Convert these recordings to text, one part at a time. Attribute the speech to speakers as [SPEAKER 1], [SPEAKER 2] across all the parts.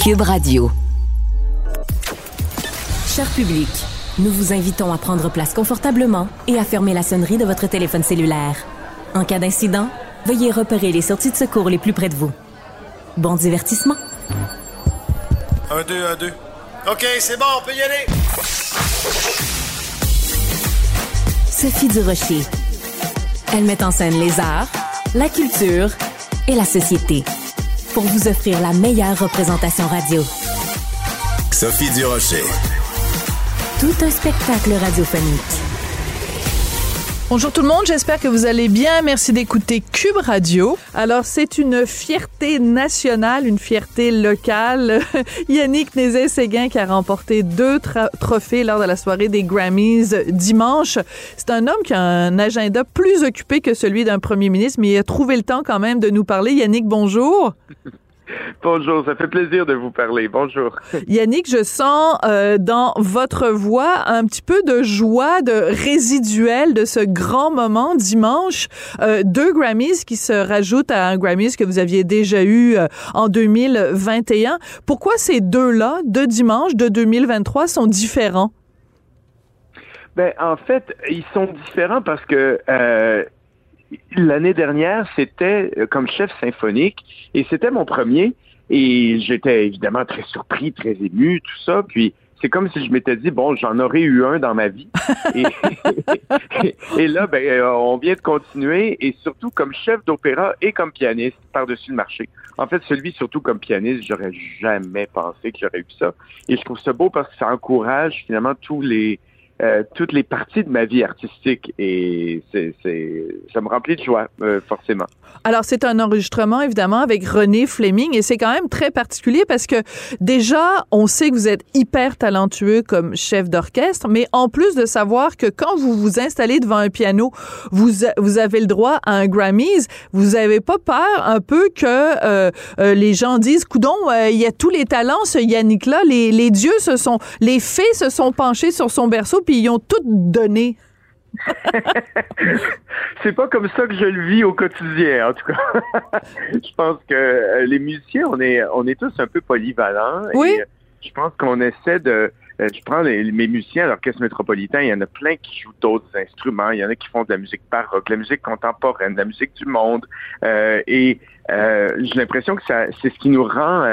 [SPEAKER 1] Cube Radio. Cher public, nous vous invitons à prendre place confortablement et à fermer la sonnerie de votre téléphone cellulaire. En cas d'incident, veuillez repérer les sorties de secours les plus près de vous. Bon divertissement.
[SPEAKER 2] 1, 2, 1, 2. OK, c'est bon, on peut y aller.
[SPEAKER 1] Sophie Durocher. Elle met en scène les arts, la culture et la société pour vous offrir la meilleure représentation radio.
[SPEAKER 2] Sophie Durocher.
[SPEAKER 1] Tout un spectacle radiophonique.
[SPEAKER 3] Bonjour tout le monde, j'espère que vous allez bien. Merci d'écouter Cube Radio. Alors, c'est une fierté nationale, une fierté locale. Yannick Nézet-Séguin qui a remporté 2 trophées lors de la soirée des Grammys dimanche. C'est un homme qui a un agenda plus occupé que celui d'un premier ministre, mais il a trouvé le temps quand même de nous parler. Yannick, bonjour.
[SPEAKER 4] Bonjour, ça fait plaisir de vous parler. Bonjour.
[SPEAKER 3] Yannick, je sens dans votre voix un petit peu de joie, de résiduel de ce grand moment dimanche. 2 Grammys qui se rajoutent à un Grammys que vous aviez déjà eu en 2021. Pourquoi ces deux-là, de dimanche de 2023, sont différents?
[SPEAKER 4] Ben, en fait, ils sont différents parce que l'année dernière, c'était comme chef symphonique et c'était mon premier et j'étais évidemment très surpris, très ému, tout ça. Puis c'est comme si je m'étais dit, bon, j'en aurais eu un dans ma vie. et là, ben, on vient de continuer et surtout comme chef d'opéra et comme pianiste par-dessus le marché. En fait, celui surtout comme pianiste, j'aurais jamais pensé que j'aurais eu ça. Et je trouve ça beau parce que ça encourage finalement toutes les parties de ma vie artistique et ça me remplit de joie, forcément.
[SPEAKER 3] Alors, c'est un enregistrement, évidemment, avec René Fleming et c'est quand même très particulier parce que déjà, on sait que vous êtes hyper talentueux comme chef d'orchestre, mais en plus de savoir que quand vous vous installez devant un piano, vous avez le droit à un Grammys, vous avez pas peur un peu que les gens disent, coudon, il y a tous les talents, ce Yannick-là, les dieux les fées se sont penchés sur son berceau puis ils ont tout donné.
[SPEAKER 4] C'est pas comme ça que je le vis au quotidien, en tout cas. Je pense que les musiciens, on est tous un peu polyvalents.
[SPEAKER 3] Oui.
[SPEAKER 4] Et je pense qu'on essaie de... je prends mes musiciens à l'Orchestre métropolitain, il y en a plein qui jouent d'autres instruments, il y en a qui font de la musique baroque, de la musique contemporaine, de la musique du monde. J'ai l'impression que c'est ce qui nous rend...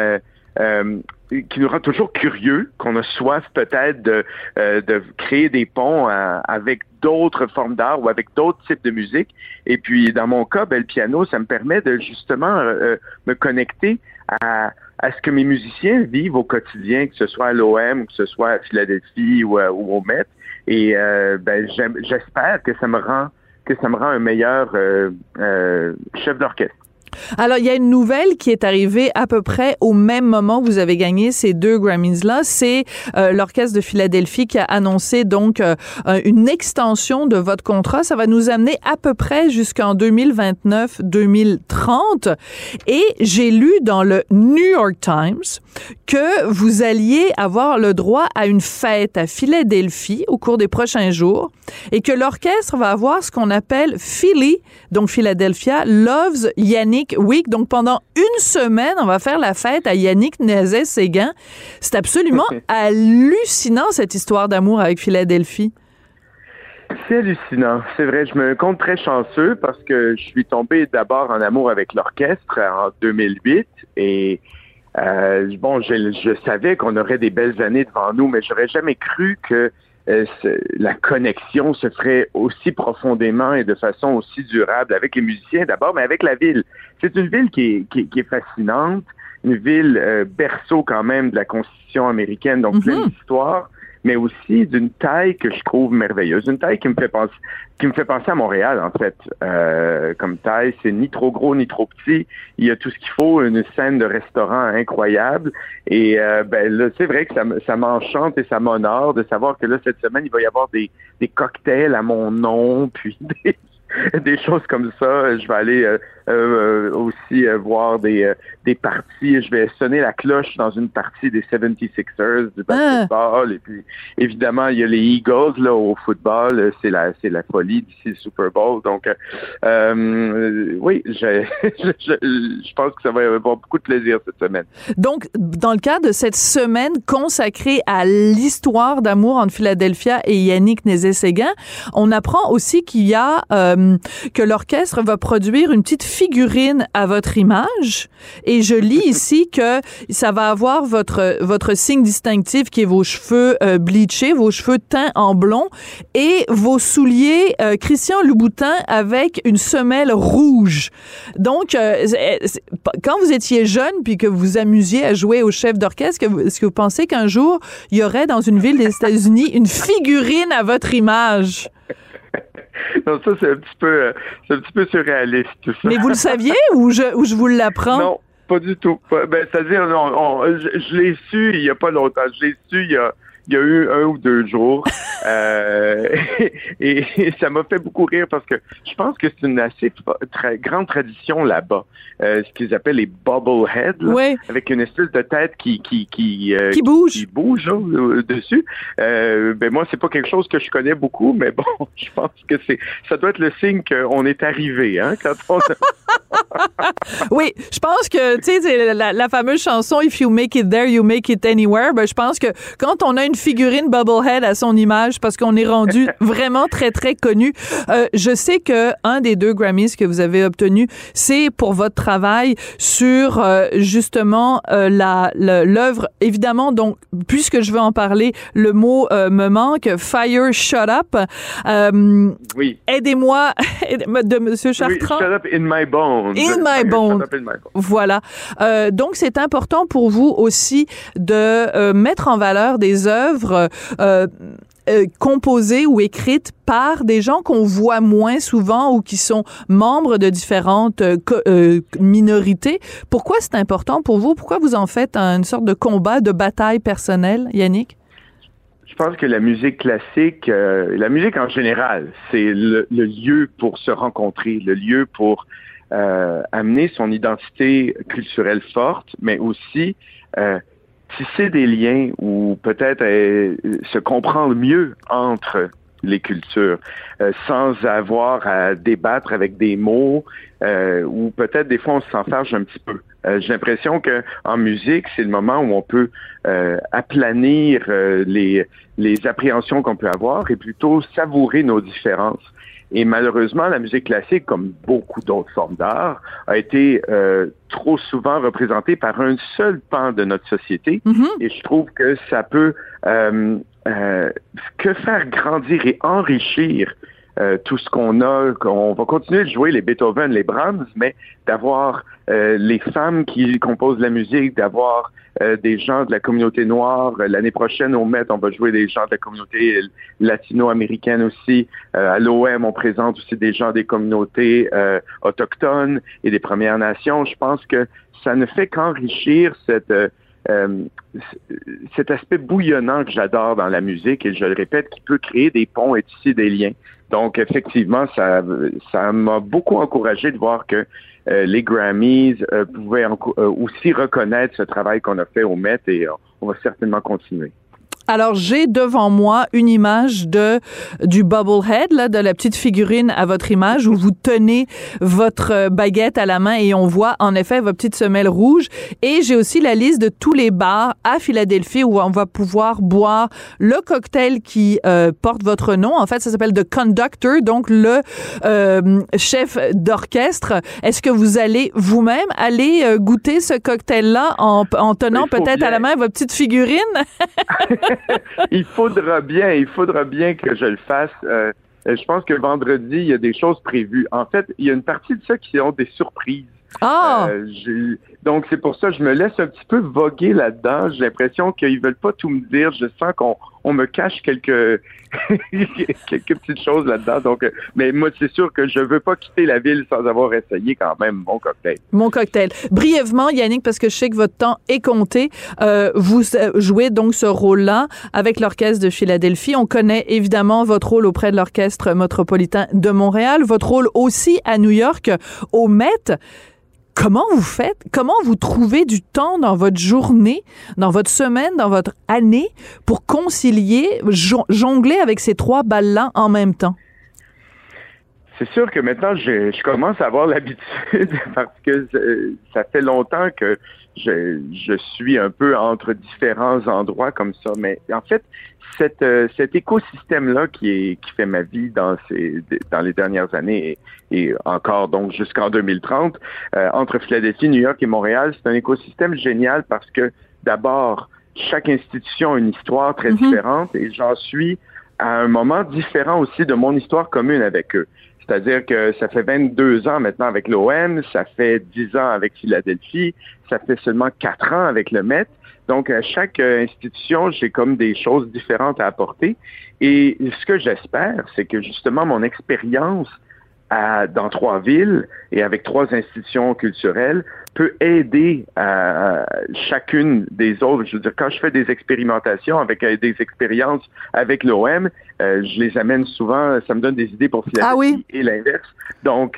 [SPEAKER 4] toujours curieux, qu'on a soif peut-être de créer des ponts avec d'autres formes d'art ou avec d'autres types de musique. Et puis, dans mon cas, le piano, ça me permet de justement me connecter à ce que mes musiciens vivent au quotidien, que ce soit à l'OM ou que ce soit à Philadelphie ou au Met. Et j'espère que ça me rend un meilleur chef d'orchestre.
[SPEAKER 3] Alors, il y a une nouvelle qui est arrivée à peu près au même moment que vous avez gagné ces 2 Grammys-là. C'est l'Orchestre de Philadelphie qui a annoncé donc une extension de votre contrat. Ça va nous amener à peu près jusqu'en 2029-2030. Et j'ai lu dans le New York Times que vous alliez avoir le droit à une fête à Philadelphie au cours des prochains jours et que l'orchestre va avoir ce qu'on appelle Philly, donc Philadelphia, Loves Yannick Week. Donc, pendant une semaine, on va faire la fête à Yannick Nézet-Séguin. C'est absolument hallucinant, cette histoire d'amour avec Philadelphie.
[SPEAKER 4] C'est hallucinant. C'est vrai, je me compte très chanceux parce que je suis tombé d'abord en amour avec l'orchestre en 2008 et je savais qu'on aurait des belles années devant nous, mais j'aurais jamais cru que la connexion se ferait aussi profondément et de façon aussi durable avec les musiciens d'abord, mais avec la ville. C'est une ville qui est fascinante, une ville berceau quand même de la Constitution américaine, donc plein d'histoires, mais aussi d'une taille que je trouve merveilleuse, une taille qui me fait penser à Montréal en fait. Comme taille, c'est ni trop gros ni trop petit. Il y a tout ce qu'il faut, une scène de restaurant incroyable. Et là, c'est vrai que ça m'enchante et ça m'honore de savoir que là cette semaine il va y avoir des cocktails à mon nom, puis des choses comme ça. Je vais aller aussi voir des parties. Je vais sonner la cloche dans une partie des 76ers du basketball. Et puis, évidemment, il y a les Eagles là au football. C'est la folie d'ici le Super Bowl. Donc, oui, je pense que ça va y avoir beaucoup de plaisir cette semaine.
[SPEAKER 3] Donc, dans le cadre de cette semaine consacrée à l'histoire d'amour entre Philadelphia et Yannick Nézet-Séguin, on apprend aussi qu'il y a que l'orchestre va produire une petite figurine à votre image. Et je lis ici que ça va avoir votre signe distinctif qui est vos cheveux bleachés, vos cheveux teints en blond et vos souliers Christian Louboutin avec une semelle rouge. Donc, quand vous étiez jeune puis que vous amusiez à jouer au chef d'orchestre, est-ce que vous pensez qu'un jour, il y aurait dans une ville des États-Unis une figurine à votre image?
[SPEAKER 4] Non, ça, c'est un petit peu surréaliste, tout ça.
[SPEAKER 3] Mais vous le saviez ou je vous l'apprends?
[SPEAKER 4] Non, pas du tout. C'est-à-dire, je l'ai su il y a pas longtemps. Je l'ai su il y a eu 1 ou 2 jours. Et ça m'a fait beaucoup rire parce que je pense que c'est une assez très grande tradition là-bas. Ce qu'ils appellent les bobbleheads,
[SPEAKER 3] oui.
[SPEAKER 4] Avec une espèce de tête qui
[SPEAKER 3] bouge.
[SPEAKER 4] Qui bouge dessus. Moi, c'est pas quelque chose que je connais beaucoup, mais bon, je pense que ça doit être le signe qu'on est arrivé, hein, quand on...
[SPEAKER 3] Oui, je pense que, tu sais, la fameuse chanson « If you make it there, you make it anywhere », je pense que quand on a une figurine Bubblehead à son image, parce qu'on est rendu vraiment très, très connu. Je sais que un des 2 Grammys que vous avez obtenu, c'est pour votre travail sur, justement, l'œuvre. Évidemment, donc, puisque je veux en parler, le mot me manque, Fire Shut Up.
[SPEAKER 4] Oui.
[SPEAKER 3] Aidez-moi, de Monsieur Chartrand.
[SPEAKER 4] Oui, Shut Up in my bones.
[SPEAKER 3] In my bones. Voilà. Donc, c'est important pour vous aussi de mettre en valeur des œuvres composées ou écrites par des gens qu'on voit moins souvent ou qui sont membres de différentes minorités. Pourquoi c'est important pour vous? Pourquoi vous en faites une sorte de combat, de bataille personnelle, Yannick?
[SPEAKER 4] Je pense que la musique classique, la musique en général, c'est le lieu pour se rencontrer, le lieu pour amener son identité culturelle forte, mais aussi tisser des liens ou peut-être se comprendre mieux entre les cultures, sans avoir à débattre avec des mots, ou peut-être des fois on s'enfarge un petit peu. J'ai l'impression que en musique, c'est le moment où on peut aplanir les appréhensions qu'on peut avoir et plutôt savourer nos différences. Et malheureusement, la musique classique, comme beaucoup d'autres formes d'art, a été trop souvent représentée par un seul pan de notre société. Mm-hmm. Et je trouve que ça peut que faire grandir et enrichir tout ce qu'on a. On va continuer de jouer les Beethoven, les Brahms, mais d'avoir les femmes qui composent la musique, d'avoir des gens de la communauté noire. L'année prochaine, au Met, on va jouer des gens de la communauté latino-américaine aussi. À l'OM, on présente aussi des gens des communautés autochtones et des Premières Nations. Je pense que ça ne fait qu'enrichir cet aspect bouillonnant que j'adore dans la musique, et je le répète, qui peut créer des ponts et tisser des liens. Donc, effectivement, ça m'a beaucoup encouragé de voir que les Grammys pouvaient aussi reconnaître ce travail qu'on a fait au Met, et on va certainement continuer.
[SPEAKER 3] Alors, j'ai devant moi une image du Bubblehead, là, de la petite figurine à votre image où vous tenez votre baguette à la main et on voit en effet votre petite semelle rouge. Et j'ai aussi la liste de tous les bars à Philadelphie où on va pouvoir boire le cocktail qui porte votre nom. En fait, ça s'appelle The Conductor, donc le chef d'orchestre. Est-ce que vous allez vous-même aller goûter ce cocktail-là en tenant peut-être à la main votre petite figurine?
[SPEAKER 4] Il faudra bien que je le fasse. Je pense que vendredi, il y a des choses prévues. En fait, il y a une partie de ça qui ont des surprises.
[SPEAKER 3] Ah!
[SPEAKER 4] Donc, c'est pour ça que je me laisse un petit peu voguer là-dedans. J'ai l'impression qu'ils veulent pas tout me dire. Je sens on me cache quelques quelques petites choses là-dedans. Donc, mais moi, c'est sûr que je veux pas quitter la ville sans avoir essayé quand même mon cocktail.
[SPEAKER 3] Mon cocktail. Brièvement, Yannick, parce que je sais que votre temps est compté, vous jouez donc ce rôle-là avec l'Orchestre de Philadelphie. On connaît évidemment votre rôle auprès de l'Orchestre métropolitain de Montréal, votre rôle aussi à New York, au Met. Comment vous faites? Comment vous trouvez du temps dans votre journée, dans votre semaine, dans votre année pour concilier, jongler avec ces trois balles-là en même temps?
[SPEAKER 4] C'est sûr que maintenant, je commence à avoir l'habitude parce que ça fait longtemps que je suis un peu entre différents endroits comme ça. Mais en fait, cet écosystème-là qui fait ma vie dans les dernières années et encore donc jusqu'en 2030, entre Philadelphie, New York et Montréal, c'est un écosystème génial parce que d'abord, chaque institution a une histoire très différente et j'en suis à un moment différent aussi de mon histoire commune avec eux. C'est-à-dire que ça fait 22 ans maintenant avec l'OM, ça fait 10 ans avec Philadelphie, ça fait seulement 4 ans avec le Met. Donc, à chaque institution, j'ai comme des choses différentes à apporter. Et ce que j'espère, c'est que justement mon expérience dans 3 villes et avec 3 institutions culturelles peut aider chacune des autres. Je veux dire, quand je fais des expérimentations avec des expériences avec l'OM, je les amène souvent, ça me donne des idées pour Philadelphie et l'inverse. Donc,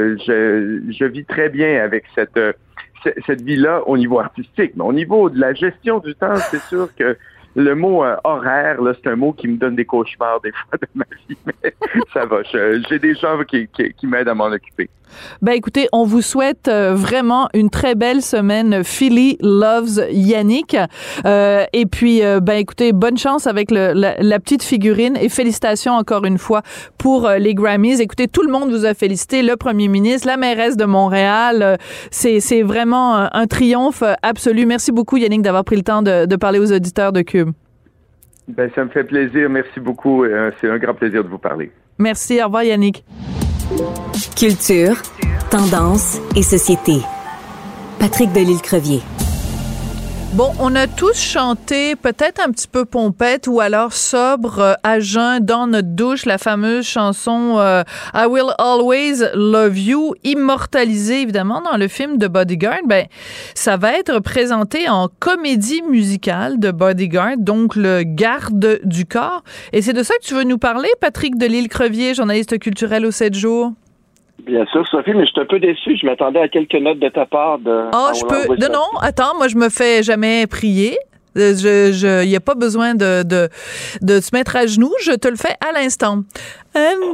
[SPEAKER 4] je vis très bien avec cette vie-là au niveau artistique. Mais au niveau de la gestion du temps, c'est sûr que le mot horaire, là, c'est un mot qui me donne des cauchemars des fois de ma vie, mais ça va. J'ai des gens qui m'aident à m'en occuper.
[SPEAKER 3] Ben écoutez, on vous souhaite vraiment une très belle semaine. Philly loves Yannick. Et puis, ben écoutez, bonne chance avec la petite figurine et félicitations encore une fois pour les Grammys. Écoutez, tout le monde vous a félicité, le premier ministre, la mairesse de Montréal. C'est vraiment un triomphe absolu. Merci beaucoup, Yannick, d'avoir pris le temps de parler aux auditeurs de Cube.
[SPEAKER 4] Ben, ça me fait plaisir. Merci beaucoup. C'est un grand plaisir de vous parler.
[SPEAKER 3] Merci. Au revoir, Yannick.
[SPEAKER 1] Culture, tendance et société. Patrick Delisle-Crevier.
[SPEAKER 3] Bon, on a tous chanté, peut-être un petit peu pompette ou alors sobre, à jeun, dans notre douche, la fameuse chanson I Will Always Love You, immortalisée évidemment dans le film de Bodyguard. Ben, ça va être présenté en comédie musicale de Bodyguard, donc le garde du corps. Et c'est de ça que tu veux nous parler, Patrick Delisle-Crevier, journaliste culturel au 7 jours?
[SPEAKER 5] Bien sûr, Sophie, mais je suis un peu déçu. Je m'attendais à quelques notes de ta part.
[SPEAKER 3] Je peux... Non, attends, moi, je me fais jamais prier. Il n'y a pas besoin de se mettre à genoux. Je te le fais à l'instant. And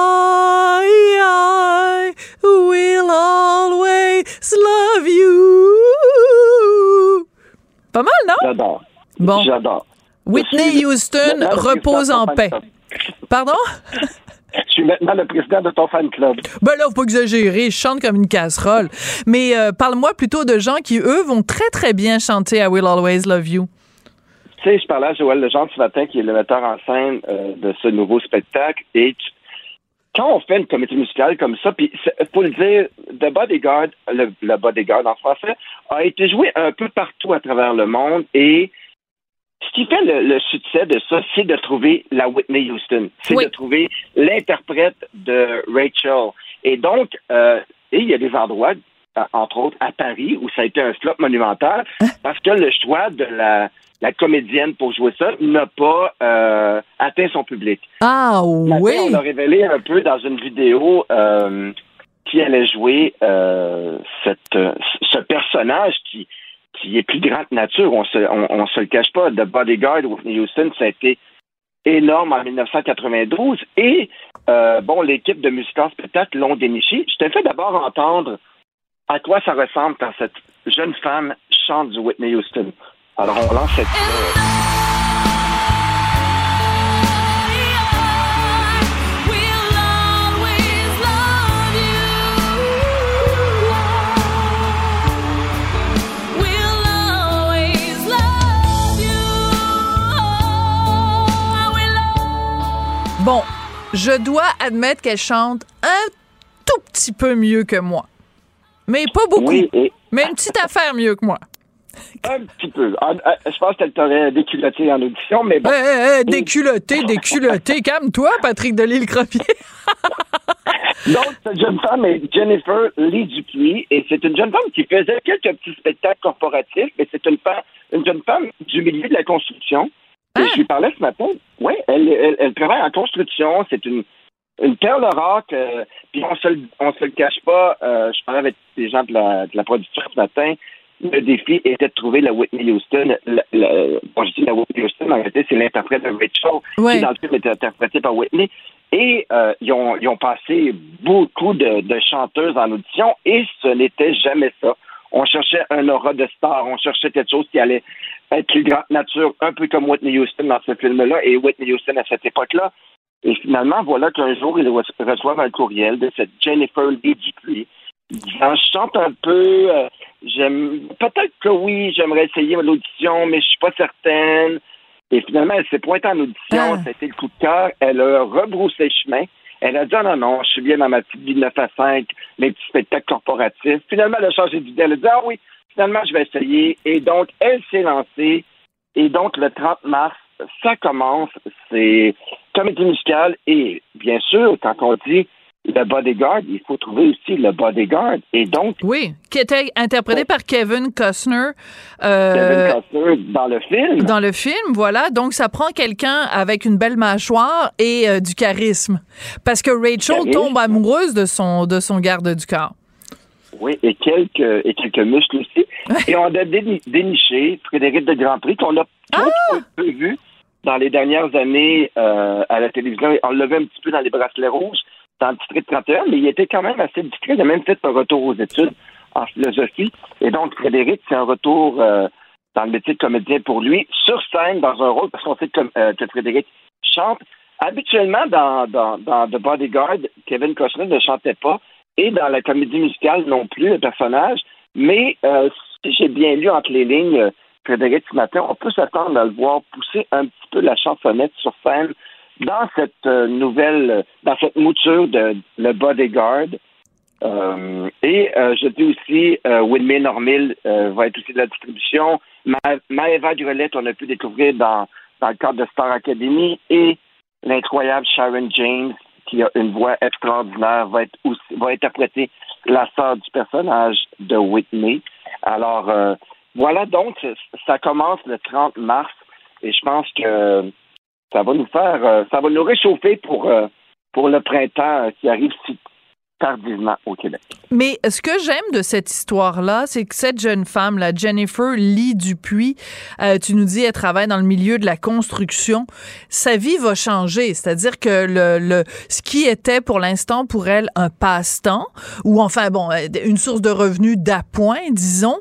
[SPEAKER 3] I will always love you. Pas mal, non?
[SPEAKER 5] J'adore.
[SPEAKER 3] Bon.
[SPEAKER 5] J'adore.
[SPEAKER 3] Whitney Houston, repose en paix. Pardon?
[SPEAKER 5] Je suis maintenant le président de ton fan club.
[SPEAKER 3] Ben là, faut pas exagérer, je chante comme une casserole. Mais parle-moi plutôt de gens qui, eux, vont très, très bien chanter I Will Always Love You.
[SPEAKER 5] Tu sais, je parlais à Joël Legendre ce matin, qui est le metteur en scène de ce nouveau spectacle, et quand on fait une comédie musicale comme ça, puis faut le dire, The Bodyguard, le Bodyguard en français, a été joué un peu partout à travers le monde, et ce qui fait le succès de ça, c'est de trouver la Whitney Houston. C'est de trouver l'interprète de Rachel. Et donc, il y a des endroits, entre autres à Paris, où ça a été un flop monumental, parce que le choix de la comédienne pour jouer ça n'a pas atteint son public.
[SPEAKER 3] Ah oui!
[SPEAKER 5] On l'a révélé un peu dans une vidéo qui allait jouer ce personnage qui est plus grand que nature, on se le cache pas. The Bodyguard, Whitney Houston, ça a été énorme en 1992. Et, l'équipe de Musique en spectacle l'ont déniché. Je te fais d'abord entendre à quoi ça ressemble quand cette jeune femme chante du Whitney Houston. Alors, on lance cette...
[SPEAKER 3] Bon, je dois admettre qu'elle chante un tout petit peu mieux que moi. Mais pas beaucoup. Oui, mais une petite affaire mieux que moi.
[SPEAKER 5] Un petit peu. Je pense qu'elle t'aurait déculotté en audition, mais bon.
[SPEAKER 3] Déculotté. Calme-toi, Patrick Delisle-Cropier.
[SPEAKER 5] Donc, cette jeune femme est Jennifer Lee Dupuis, et c'est une jeune femme qui faisait quelques petits spectacles corporatifs, mais c'est une jeune femme du milieu de la construction. Et je lui parlais ce matin. Oui, elle travaille en construction. C'est une perle rare. Puis on se le cache pas. Je parlais avec des gens de la production ce matin. Le défi était de trouver la Whitney Houston. Je dis la Whitney Houston, en réalité, c'est l'interprète de Rachel, qui dans le film était interprété par Whitney. Et ils ont passé beaucoup de chanteuses en audition, et ce n'était jamais ça. On cherchait un aura de star, on cherchait quelque chose qui allait être plus grande nature, un peu comme Whitney Houston dans ce film-là, et Whitney Houston à cette époque-là. Et finalement, voilà qu'un jour, ils reçoivent un courriel de cette Jennifer Lee Dupuis. Je chante un peu, peut-être que oui, j'aimerais essayer l'audition, mais je suis pas certaine. Et finalement, elle s'est pointée en audition, ça a été le coup de cœur, elle a rebroussé chemin. Elle a dit non, je suis bien dans ma petite vie de 9 à 5, mes petits spectacles corporatifs. Finalement, elle a changé d'idée. Elle a dit oui, finalement, je vais essayer. Et donc, elle s'est lancée. Et donc, le 30 mars, ça commence. C'est comédie musicale. Et bien sûr, quand on dit le bodyguard, il faut trouver aussi le bodyguard. Et donc...
[SPEAKER 3] Oui, qui était interprété par Kevin Costner.
[SPEAKER 5] Kevin Costner dans le film.
[SPEAKER 3] Dans le film, voilà. Donc, ça prend quelqu'un avec une belle mâchoire et du charisme. Parce que Rachel tombe amoureuse de son garde du corps.
[SPEAKER 5] Oui, et quelques muscles aussi. Et on a déniché Frédéric de Grandpré, qu'on a un peu vu dans les dernières années à la télévision. On l'a vu un petit peu dans les bracelets rouges, dans le district 31, mais il était quand même assez discret. Il a même fait un retour aux études en philosophie. Et donc, Frédéric, c'est un retour dans le métier de comédien pour lui, sur scène, dans un rôle, parce qu'on sait que Frédéric chante. Habituellement, dans The Bodyguard, Kevin Costner ne chantait pas, et dans la comédie musicale non plus, le personnage. Mais si j'ai bien lu entre les lignes, Frédéric, ce matin, on peut s'attendre à le voir pousser un petit peu la chansonnette sur scène dans cette dans cette mouture de Le Bodyguard. Et je dis aussi, Winmay Normil va être aussi de la distribution. Maëva Grelette, on a pu découvrir dans le cadre de Star Academy, et l'incroyable Sharon James, qui a une voix extraordinaire, va interpréter la sœur du personnage de Whitney. Alors, voilà, donc, ça commence le 30 mars, et je pense que ça va nous réchauffer pour le printemps qui arrive si tardivement au Québec.
[SPEAKER 3] Mais ce que j'aime de cette histoire-là, c'est que cette jeune femme, la Jennifer Lee Dupuis, tu nous dis, elle travaille dans le milieu de la construction. Sa vie va changer, c'est-à-dire que ce qui était pour l'instant pour elle un passe-temps, ou enfin bon, une source de revenus d'appoint, disons,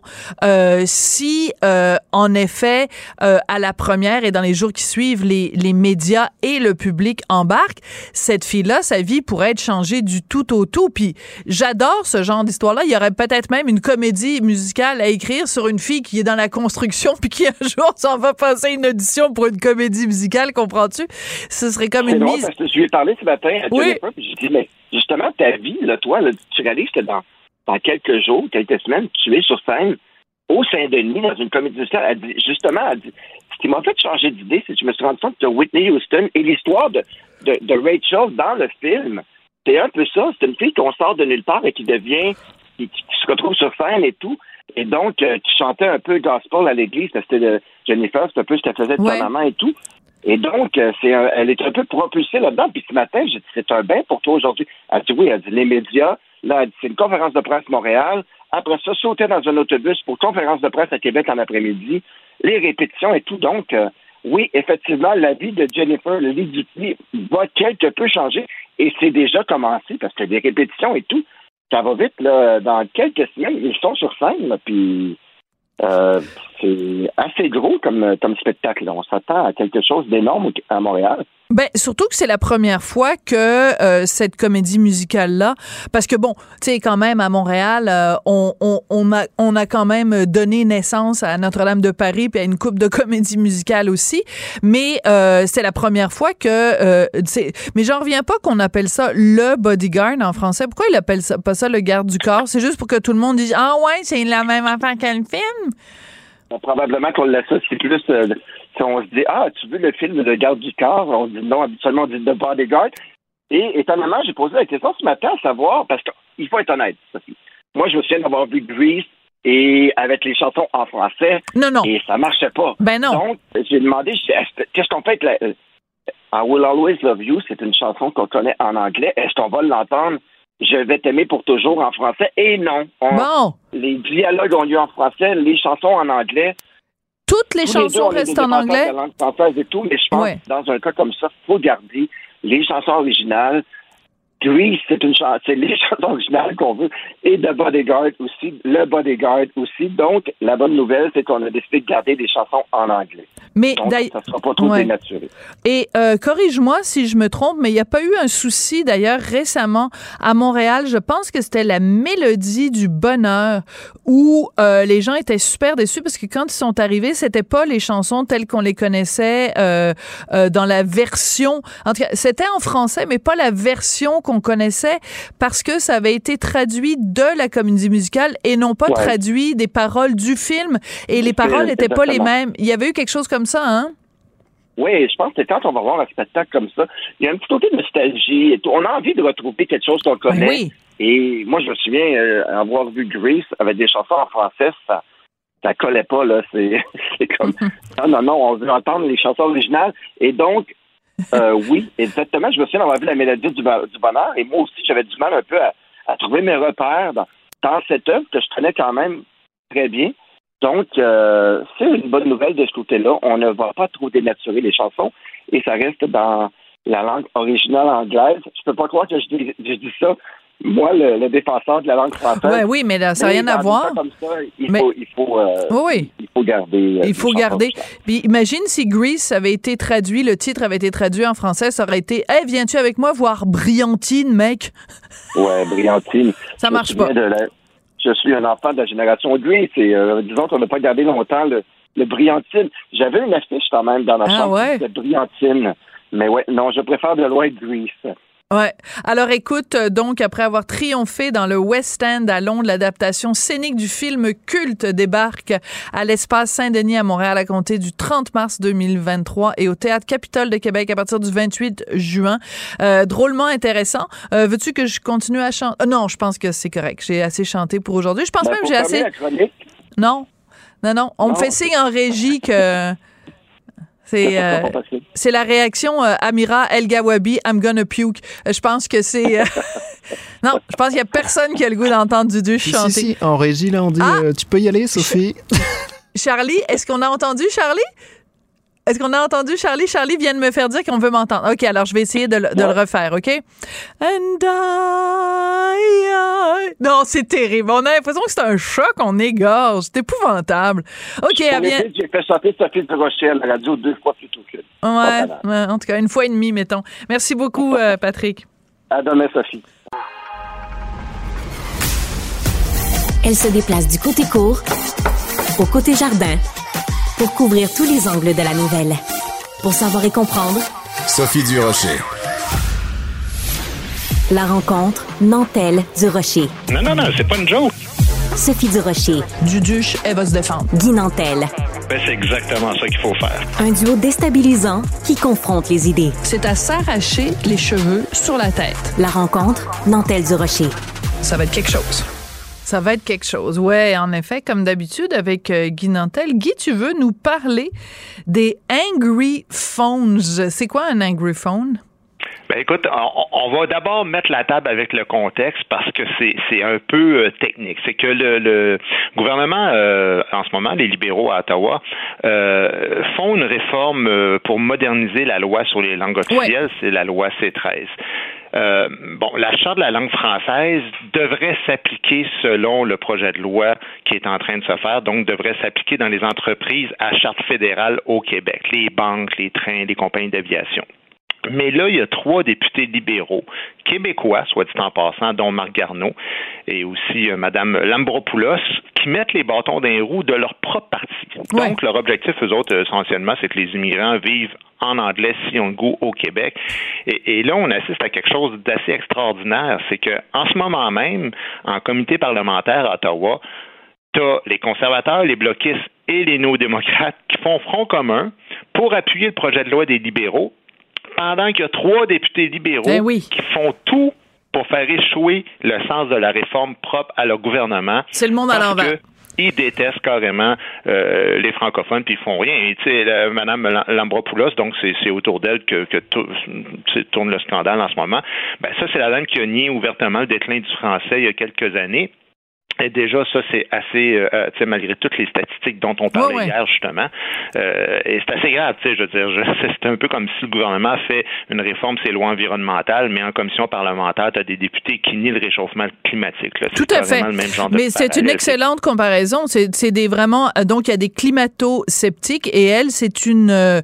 [SPEAKER 3] si en effet à la première et dans les jours qui suivent, les médias et le public embarquent, cette fille-là, sa vie pourrait être changée du tout au tout. Puis j'adore ce genre d'histoire-là. Il y aurait peut-être même une comédie musicale à écrire sur une fille qui est dans la construction puis qui un jour s'en va passer une audition pour une comédie musicale, comprends-tu? Ce serait comme une mise...
[SPEAKER 5] Parce que je lui ai parlé ce matin à Jennifer, puis j'ai dit, mais justement, ta vie, là, toi, là, tu réalises que dans quelques jours, quelques semaines, tu es sur scène au Saint-Denis dans une comédie musicale. Elle dit, ce qui m'a fait changer d'idée, c'est que je me suis rendu compte que Whitney Houston et l'histoire de Rachel dans le film, c'est un peu ça. C'est une fille qu'on sort de nulle part et qui se retrouve sur scène et tout. Et donc, qui chantait un peu gospel à l'église, parce que Jennifer, c'est un peu ce qu'elle faisait de sa maman et tout. Et donc, elle est un peu propulsée là-dedans. Puis ce matin, j'ai dit, c'est un bain pour toi aujourd'hui. Elle dit oui, elle dit, les médias, là, elle dit, c'est une conférence de presse Montréal. Après ça, sauter dans un autobus pour conférence de presse à Québec en après-midi, les répétitions et tout. Donc, oui, effectivement, la vie de Jennifer Lee Dupuis va quelque peu changer. Et c'est déjà commencé, parce que des répétitions et tout, ça va vite, là. Dans quelques semaines, ils sont sur scène, là, puis c'est assez gros comme spectacle, là. On s'attend à quelque chose d'énorme à Montréal.
[SPEAKER 3] Ben, surtout que c'est la première fois que cette comédie musicale-là, parce que bon, tu sais, quand même, à Montréal, on a quand même donné naissance à Notre-Dame de Paris puis à une couple de comédies musicales aussi, mais c'est la première fois que... mais j'en reviens pas qu'on appelle ça le bodyguard en français. Pourquoi il appelle ça, pas ça le garde du corps? C'est juste pour que tout le monde dise « Ah ouais, c'est la même affaire que le film? »
[SPEAKER 5] Probablement qu'on l'associe plus. Si on se dit, tu veux le film de Garde du corps? On dit non, habituellement, on dit The Bodyguard. Et étonnamment, j'ai posé la question ce matin à savoir, parce qu'il faut être honnête, Sophie. Moi, je me souviens d'avoir vu Grease et avec les chansons en français.
[SPEAKER 3] Non.
[SPEAKER 5] Et ça marchait pas.
[SPEAKER 3] Ben non.
[SPEAKER 5] Donc, j'ai demandé, qu'est-ce qu'on fait avec I Will Always Love You? C'est une chanson qu'on connaît en anglais. Est-ce qu'on va l'entendre? Je vais t'aimer pour toujours en français. Et non. Les dialogues ont lieu en français, les chansons en anglais.
[SPEAKER 3] Toutes les chansons restent en anglais?
[SPEAKER 5] La langue française et tout, mais je pense que dans un cas comme ça, il faut garder les chansons originales. Grease, c'est les chansons originales qu'on veut. Et The Bodyguard aussi, le Bodyguard aussi. Donc, la bonne nouvelle, c'est qu'on a décidé de garder des chansons en anglais.
[SPEAKER 3] Mais
[SPEAKER 5] donc, ça ne sera pas trop dénaturé.
[SPEAKER 3] Et corrige-moi si je me trompe, mais il n'y a pas eu un souci, d'ailleurs, récemment, à Montréal. Je pense que c'était la Mélodie du bonheur où les gens étaient super déçus parce que quand ils sont arrivés, c'était pas les chansons telles qu'on les connaissait dans la version... En tout cas, c'était en français, mais pas la version qu'on connaissait parce que ça avait été traduit de la comédie musicale et non pas traduit des paroles du film. Et les paroles n'étaient pas les mêmes. Il y avait eu quelque chose comme ça, hein?
[SPEAKER 5] Oui, je pense que quand on va voir un spectacle comme ça, il y a un petit côté de nostalgie et tout. On a envie de retrouver quelque chose qu'on connaît.
[SPEAKER 3] Oui.
[SPEAKER 5] Et moi, je me souviens avoir vu Grease avec des chansons en français, ça collait pas, là. C'est comme... Non, on veut entendre les chansons originales. Et donc, oui, exactement. Je me souviens d'avoir vu la Mélodie du bonheur et moi aussi, j'avais du mal un peu à trouver mes repères dans cette œuvre que je connais quand même très bien. Donc, c'est une bonne nouvelle de ce côté-là. On ne va pas trop dénaturer les chansons et ça reste dans la langue originale anglaise. Je peux pas croire que je dis ça. Moi, le défenseur de la langue française.
[SPEAKER 3] Oui, mais là, ça n'a rien à voir.
[SPEAKER 5] Comme ça, il faut garder.
[SPEAKER 3] Il faut garder. Puis imagine si Grease avait été traduit, le titre avait été traduit en français, ça aurait été Hey, viens-tu avec moi voir Brillantine, mec?
[SPEAKER 5] Ouais, Brillantine.
[SPEAKER 3] Ça marche pas.
[SPEAKER 5] Je suis un enfant de la génération Grease et disons qu'on n'a pas gardé longtemps le Brillantine. J'avais une affiche quand même dans ma chambre de Brillantine. Mais non, je préfère de loin Grease.
[SPEAKER 3] Ouais. Alors écoute, donc après avoir triomphé dans le West End à Londres, l'adaptation scénique du film culte débarque à l'Espace Saint-Denis à Montréal à compter du 30 mars 2023 et au Théâtre Capitole de Québec à partir du 28 juin. Drôlement intéressant. Veux-tu que je continue à chanter? Non, je pense que c'est correct. J'ai assez chanté pour aujourd'hui. Je pense même que j'ai assez... Non. On me fait signe en régie que... C'est la réaction Amira El Gawabi, I'm gonna puke. Je pense que c'est... Non, je pense qu'il y a personne qui a le goût d'entendre Dudu chanter.
[SPEAKER 6] Si, en régie, là, on dit tu peux y aller, Sophie.
[SPEAKER 3] Charlie, est-ce qu'on a entendu Charlie? Est-ce qu'on a entendu Charlie? Charlie vient de me faire dire qu'on veut m'entendre. OK, alors je vais essayer de le refaire, OK? And Non, c'est terrible. On a l'impression que c'est un chat qu'on égorge. C'est épouvantable. OK, elle vient...
[SPEAKER 5] J'ai fait chanter Sophie Durocher à la radio 2 fois plus tôt que...
[SPEAKER 3] Ouais, en tout cas, 1 fois et demie, mettons. Merci beaucoup, Patrick.
[SPEAKER 5] À demain, Sophie.
[SPEAKER 1] Elle se déplace du côté court au côté jardin pour couvrir tous les angles de la nouvelle. Pour savoir et comprendre,
[SPEAKER 7] Sophie Durocher.
[SPEAKER 1] La rencontre Nantel-Durocher.
[SPEAKER 8] Non, c'est pas une joke.
[SPEAKER 1] Sophie Durocher.
[SPEAKER 3] Duduche, elle va se défendre.
[SPEAKER 1] Guy Nantel.
[SPEAKER 8] Ben, c'est exactement ça qu'il faut faire.
[SPEAKER 1] Un duo déstabilisant qui confronte les idées.
[SPEAKER 3] C'est à s'arracher les cheveux sur la tête.
[SPEAKER 1] La rencontre Nantel-Durocher.
[SPEAKER 3] Ça va être quelque chose. Ça va être quelque chose. Ouais, en effet, comme d'habitude avec Guy Nantel. Guy, tu veux nous parler des Angry Phones. C'est quoi un Angry Phone?
[SPEAKER 8] Ben écoute, on va d'abord mettre la table avec le contexte parce que c'est un peu technique. C'est que le gouvernement, en ce moment, les libéraux à Ottawa, font une réforme pour moderniser la loi sur les langues officielles. C'est la loi C-13. La Charte de la langue française devrait s'appliquer selon le projet de loi qui est en train de se faire, donc devrait s'appliquer dans les entreprises à charte fédérale au Québec, les banques, les trains, les compagnies d'aviation. Mais là, il y a 3 députés libéraux québécois, soit dit en passant, dont Marc Garneau et aussi Mme Lambropoulos, qui mettent les bâtons dans les roues de leur propre parti.
[SPEAKER 3] Ouais.
[SPEAKER 8] Donc, leur objectif, eux autres, essentiellement, c'est que les immigrants vivent en anglais s'ils ont le goût au Québec. Et là, on assiste à quelque chose d'assez extraordinaire. C'est qu'en ce moment même, en comité parlementaire à Ottawa, t'as les conservateurs, les bloquistes et les néo-démocrates qui font front commun pour appuyer le projet de loi des libéraux, pendant qu'il y a 3 députés libéraux qui font tout pour faire échouer le sens de la réforme propre à leur gouvernement.
[SPEAKER 3] C'est le monde à l'envers.
[SPEAKER 8] Ils détestent carrément les francophones, puis ils font rien. Et tu sais, Mme Lambropoulos, donc c'est autour d'elle que tourne le scandale en ce moment. Ben ça, c'est la dame qui a nié ouvertement le déclin du français il y a quelques années. Et déjà, ça, c'est assez, tu sais, malgré toutes les statistiques dont on parlait hier, justement, et c'est assez grave, tu sais, je veux dire, c'est un peu comme si le gouvernement fait une réforme, c'est lois environnementales, mais en commission parlementaire, tu as des députés qui nient le réchauffement climatique, là.
[SPEAKER 3] Tout à fait.
[SPEAKER 8] Le même genre de
[SPEAKER 3] mais c'est une excellente comparaison. C'est des vraiment, donc il y a des climato-sceptiques et elle, c'est une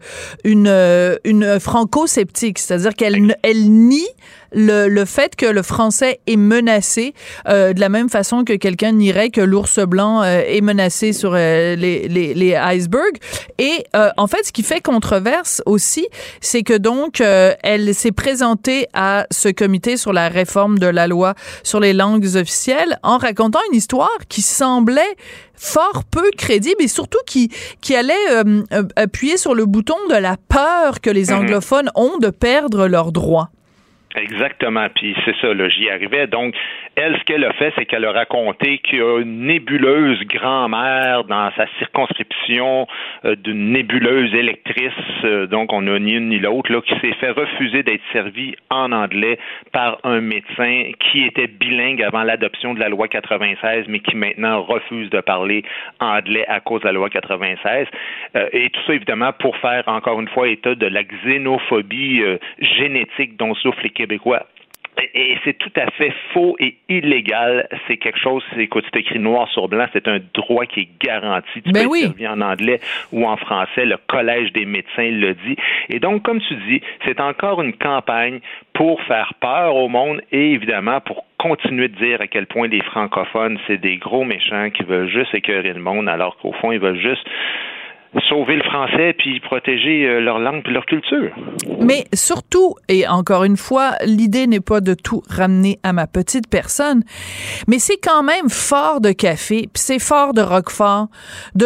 [SPEAKER 3] franco-sceptique, c'est-à-dire qu'elle nie le fait que le français est menacé de la même façon que quelqu'un nierait que l'ours blanc est menacé sur les icebergs. Et en fait, ce qui fait controverse aussi, c'est que donc elle s'est présentée à ce comité sur la réforme de la loi sur les langues officielles en racontant une histoire qui semblait fort peu crédible et surtout qui allait appuyer sur le bouton de la peur que les anglophones ont de perdre leurs droits.
[SPEAKER 8] Exactement, puis c'est ça, là, j'y arrivais. Donc, elle, ce qu'elle a fait, c'est qu'elle a raconté qu'il y a une nébuleuse grand-mère dans sa circonscription d'une nébuleuse électrice, donc on n'a ni une ni l'autre, là, qui s'est fait refuser d'être servie en anglais par un médecin qui était bilingue avant l'adoption de la loi 96, mais qui maintenant refuse de parler anglais à cause de la loi 96. Et tout ça, évidemment, pour faire, encore une fois, état de la xénophobie génétique dont souffrent les Québécois. Et c'est tout à fait faux et illégal. C'est quelque chose, écoute, c'est écrit noir sur blanc, c'est un droit qui est garanti. Tu peux être servi en anglais ou en français. Le Collège des médecins le dit. Et donc, comme tu dis, c'est encore une campagne pour faire peur au monde et évidemment pour continuer de dire à quel point les francophones, c'est des gros méchants qui veulent juste écœurer le monde, alors qu'au fond, ils veulent juste sauver le français puis protéger leur langue puis leur culture.
[SPEAKER 3] Mais surtout, et encore une fois, l'idée n'est pas de tout ramener à ma petite personne, mais c'est quand même fort de café, puis c'est fort de Roquefort de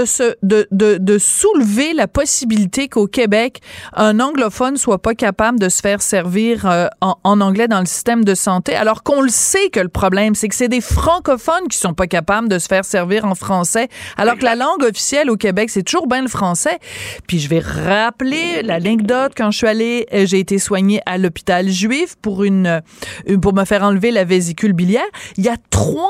[SPEAKER 3] soulever la possibilité qu'au Québec, un anglophone soit pas capable de se faire servir en anglais dans le système de santé, alors qu'on le sait que le problème, c'est que c'est des francophones qui sont pas capables de se faire servir en français, alors que la langue officielle au Québec, c'est toujours bien le français. Puis je vais rappeler l'anecdote quand je suis allée, j'ai été soignée à l'hôpital juif pour me faire enlever la vésicule biliaire. Il y a trois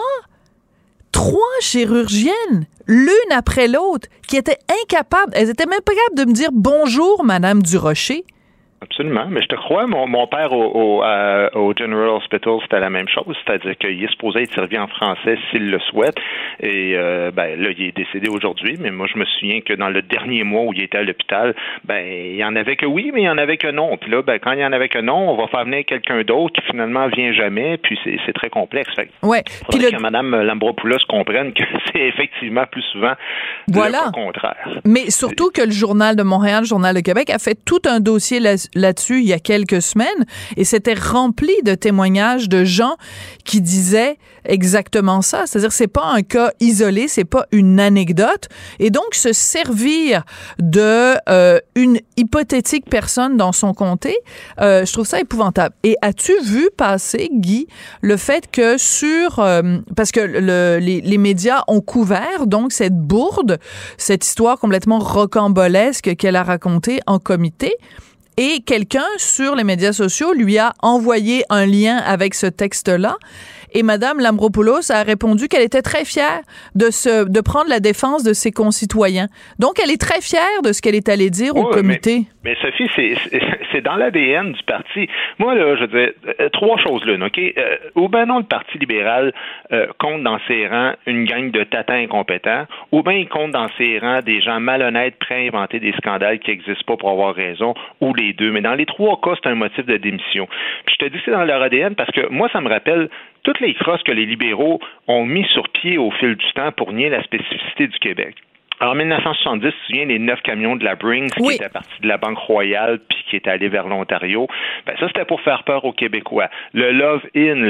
[SPEAKER 3] chirurgiennes, l'une après l'autre, qui étaient incapables. Elles étaient même pas capables de me dire bonjour, Madame Durocher.
[SPEAKER 8] Absolument, mais je te crois, mon père au General Hospital, c'était la même chose, c'est-à-dire qu'il est supposé être servi en français s'il le souhaite, et là, il est décédé aujourd'hui, mais moi, je me souviens que dans le dernier mois où il était à l'hôpital, il y en avait que oui, mais il y en avait que non, puis là, quand il y en avait que non, on va faire venir quelqu'un d'autre qui finalement vient jamais, puis c'est très complexe. Fait
[SPEAKER 3] puis
[SPEAKER 8] que Mme Lambropoulos comprenne que c'est effectivement plus souvent le contraire.
[SPEAKER 3] Mais surtout que le Journal de Montréal, le Journal de Québec, a fait tout un dossier là-dessus il y a quelques semaines et c'était rempli de témoignages de gens qui disaient exactement ça. C'est-à-dire c'est pas un cas isolé, c'est pas une anecdote et donc se servir de une hypothétique personne dans son comté, je trouve ça épouvantable. Et as-tu vu passer, Guy, le fait que parce que les médias ont couvert donc cette bourde, cette histoire complètement rocambolesque qu'elle a racontée en comité. Et quelqu'un sur les médias sociaux lui a envoyé un lien avec ce texte-là. Et Mme Lambropoulos a répondu qu'elle était très fière de prendre la défense de ses concitoyens. Donc, elle est très fière de ce qu'elle est allée dire au comité.
[SPEAKER 8] Mais Sophie, c'est dans l'ADN du parti. Moi, là, je veux dire, 3 choses là, OK? Ou bien non, le Parti libéral compte dans ses rangs une gang de tatans incompétents, ou bien il compte dans ses rangs des gens malhonnêtes prêts à inventer des scandales qui n'existent pas pour avoir raison, ou les deux. Mais dans les 3 cas, c'est un motif de démission. Puis je te dis que c'est dans leur ADN parce que moi, ça me rappelle toutes les crosses que les libéraux ont mis sur pied au fil du temps pour nier la spécificité du Québec. Alors, en 1970, tu te souviens, les 9 camions de la Brinks qui étaient partis de la Banque Royale puis qui étaient allés vers l'Ontario, ça, c'était pour faire peur aux Québécois. Le Love-In, là,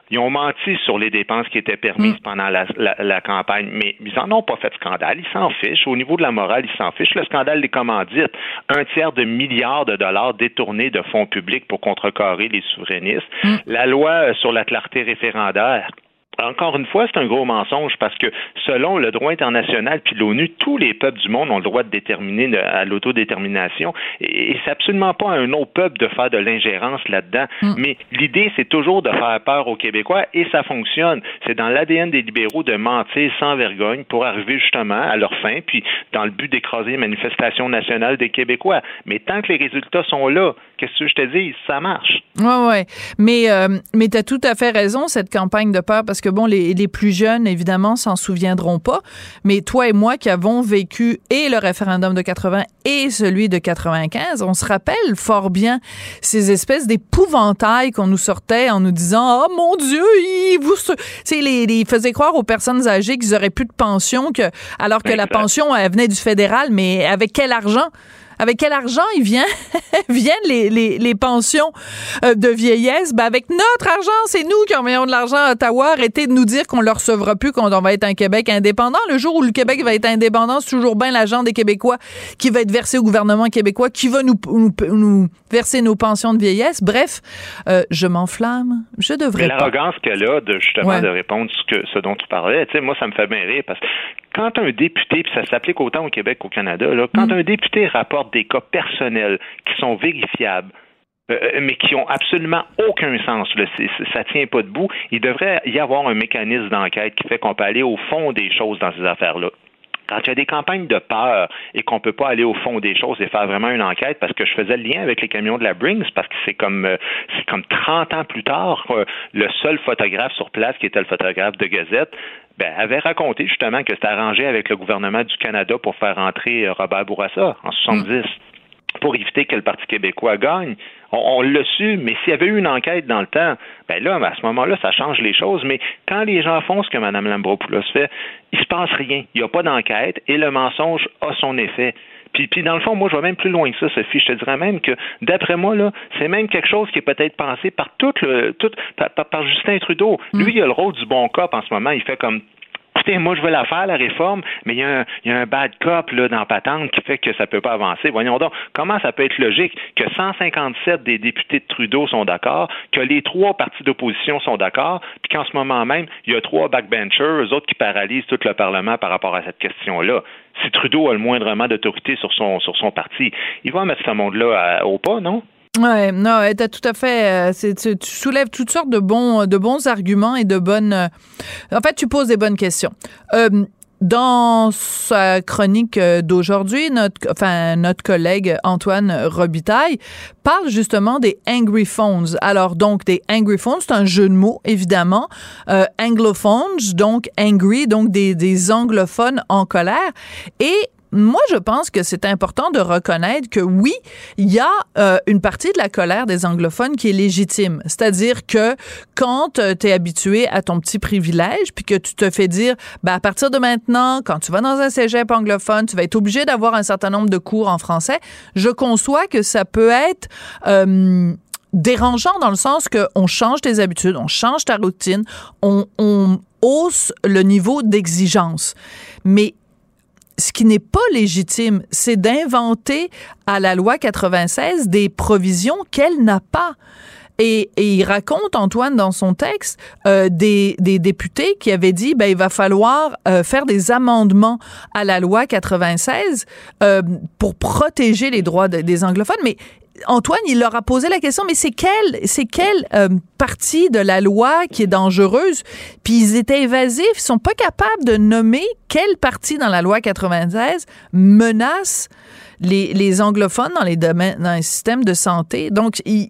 [SPEAKER 8] Ils ont menti sur les dépenses qui étaient permises pendant la campagne, mais ils n'en ont pas fait de scandale. Ils s'en fichent. Au niveau de la morale, ils s'en fichent. Le scandale des commandites, 1/3 de milliards de dollars détournés de fonds publics pour contrecarrer les souverainistes. La loi sur la clarté référendaire. Encore une fois, c'est un gros mensonge parce que selon le droit international puis l'ONU, tous les peuples du monde ont le droit de déterminer à l'autodétermination et c'est absolument pas à un autre peuple de faire de l'ingérence là-dedans. Mais l'idée, c'est toujours de faire peur aux Québécois et ça fonctionne. C'est dans l'ADN des libéraux de mentir sans vergogne pour arriver justement à leur fin puis dans le but d'écraser les manifestations nationales des Québécois. Mais tant que les résultats sont là, qu'est-ce que je te dis? Ça marche.
[SPEAKER 3] Ouais. Mais tu as tout à fait raison, cette campagne de peur, parce que bon, les plus jeunes, évidemment, s'en souviendront pas. Mais toi et moi qui avons vécu et le référendum de 80 et celui de 95, on se rappelle fort bien ces espèces d'épouvantails qu'on nous sortait en nous disant « Oh mon Dieu, ils faisaient croire aux personnes âgées qu'ils auraient plus de pension alors que la pension, elle venait du fédéral, mais avec quel argent? Avec quel argent viennent les pensions de vieillesse? Ben avec notre argent, c'est nous qui envoyons de l'argent à Ottawa. Arrêtez de nous dire qu'on ne le recevra plus, qu'on va être un Québec indépendant. Le jour où le Québec va être indépendant, c'est toujours bien l'argent des Québécois qui va être versé au gouvernement québécois, qui va nous verser nos pensions de vieillesse. Bref, je m'enflamme. Je devrais pas.
[SPEAKER 8] L'arrogance qu'elle a de répondre ce dont tu parlais, tu sais, moi, ça me fait bien rire parce que quand un député, puis ça s'applique autant au Québec qu'au Canada, là, quand un député rapporte des cas personnels qui sont vérifiables, mais qui ont absolument aucun sens, là, ça tient pas debout, il devrait y avoir un mécanisme d'enquête qui fait qu'on peut aller au fond des choses dans ces affaires-là. Quand il y a des campagnes de peur et qu'on peut pas aller au fond des choses et faire vraiment une enquête, parce que je faisais le lien avec les camions de la Brinks, parce que c'est comme 30 ans plus tard, le seul photographe sur place, qui était le photographe de Gazette, avait raconté justement que c'était arrangé avec le gouvernement du Canada pour faire entrer Robert Bourassa en 70. Pour éviter que le Parti québécois gagne. On l'a su, mais s'il y avait eu une enquête dans le temps, là, à ce moment-là, ça change les choses. Mais quand les gens font ce que Mme Lambropoulos fait, il se passe rien. Il n'y a pas d'enquête et le mensonge a son effet. Puis dans le fond, moi, je vais même plus loin que ça, Sophie. Je te dirais même que, d'après moi, là, c'est même quelque chose qui est peut-être pensé par par Justin Trudeau. Lui, il a le rôle du bon cop en ce moment. Il fait comme... Écoutez, moi, je veux la faire, la réforme, mais il y a un bad cop là, dans Patente qui fait que ça peut pas avancer. Voyons donc, comment ça peut être logique que 157 des députés de Trudeau sont d'accord, que les 3 partis d'opposition sont d'accord, puis qu'en ce moment même, il y a 3 backbenchers, eux autres qui paralysent tout le Parlement par rapport à cette question-là. Si Trudeau a le moindrement d'autorité sur son parti, il va mettre ce monde-là au pas, non?
[SPEAKER 3] Ouais, non, t'as tout à fait. Tu soulèves toutes sortes de bons arguments et de bonnes. En fait, tu poses des bonnes questions. Dans sa chronique d'aujourd'hui, notre collègue Antoine Robitaille parle justement des angry phones. Alors donc des angry phones, c'est un jeu de mots évidemment. Anglophones, donc angry, donc des anglophones en colère. Et moi, je pense que c'est important de reconnaître que oui, il y a une partie de la colère des anglophones qui est légitime. C'est-à-dire que quand tu es habitué à ton petit privilège, puis que tu te fais dire, à partir de maintenant, quand tu vas dans un cégep anglophone, tu vas être obligé d'avoir un certain nombre de cours en français, je conçois que ça peut être... dérangeant dans le sens qu'on change tes habitudes, on change ta routine, on hausse le niveau d'exigence. Mais ce qui n'est pas légitime, c'est d'inventer à la loi 96 des provisions qu'elle n'a pas. Et il raconte, Antoine, dans son texte, des députés qui avaient dit, il va falloir faire des amendements à la loi 96 pour protéger les droits des anglophones. Mais Antoine, il leur a posé la question, mais c'est quelle partie de la loi qui est dangereuse? Puis ils étaient évasifs, ils sont pas capables de nommer quelle partie dans la loi 96 menace les anglophones dans les systèmes de santé. Donc,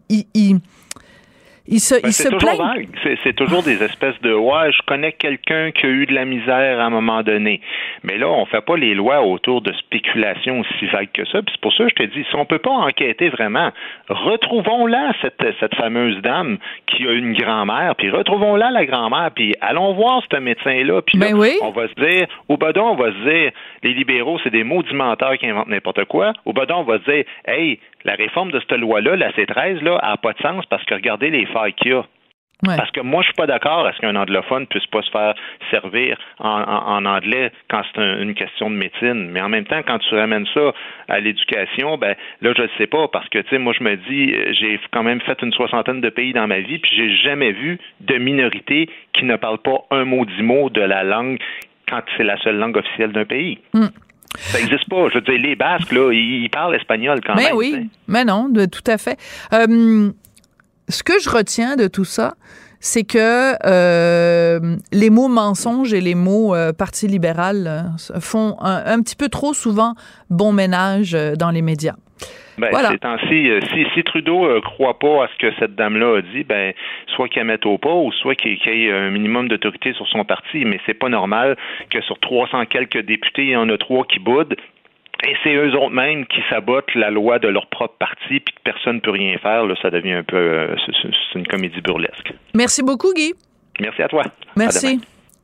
[SPEAKER 3] il se
[SPEAKER 8] toujours vague. C'est toujours des espèces de je connais quelqu'un qui a eu de la misère à un moment donné. Mais là, on fait pas les lois autour de spéculations aussi vagues que ça. Puis c'est pour ça que je te dis, si on peut pas enquêter vraiment, retrouvons-la, cette fameuse dame qui a une grand-mère, puis retrouvons-la, la grand-mère, puis allons voir ce médecin-là. Puis là, on va se dire, au badon, on va se dire, les libéraux, c'est des maudits menteurs qui inventent n'importe quoi. Au badon, on va se dire, hey, la réforme de cette loi-là, la C13, là, n'a pas de sens parce que regardez les failles qu'il y a.
[SPEAKER 3] Ouais.
[SPEAKER 8] Parce que moi, je suis pas d'accord à ce qu'un anglophone puisse pas se faire servir en anglais quand c'est une question de médecine. Mais en même temps, quand tu ramènes ça à l'éducation, ben là, je ne sais pas, parce que, tu sais, moi, je me dis, j'ai quand même fait une 60aine de pays dans ma vie, puis j'ai jamais vu de minorité qui ne parle pas un mot dix mots de la langue quand c'est la seule langue officielle d'un pays. Ça n'existe pas. Je veux dire, les Basques, là, ils parlent espagnol quand même.
[SPEAKER 3] Mais oui,
[SPEAKER 8] t'sais.
[SPEAKER 3] mais non, tout à fait. Ce que je retiens de tout ça, c'est que les mots mensonges et les mots Parti libéral font un petit peu trop souvent bon ménage dans les médias.
[SPEAKER 8] Ben,
[SPEAKER 3] voilà.
[SPEAKER 8] Ces temps-ci, si Trudeau croit pas à ce que cette dame-là a dit, ben, soit qu'il la mette au pas, ou soit qu'il y ait un minimum d'autorité sur son parti. Mais c'est pas normal que sur 300 quelques députés, il y en a 3 qui boudent. Et c'est eux autres mêmes qui sabotent la loi de leur propre parti, puis que personne ne peut rien faire. Là, ça devient un peu... c'est une comédie burlesque.
[SPEAKER 3] Merci beaucoup, Guy.
[SPEAKER 8] Merci à toi.
[SPEAKER 3] Merci.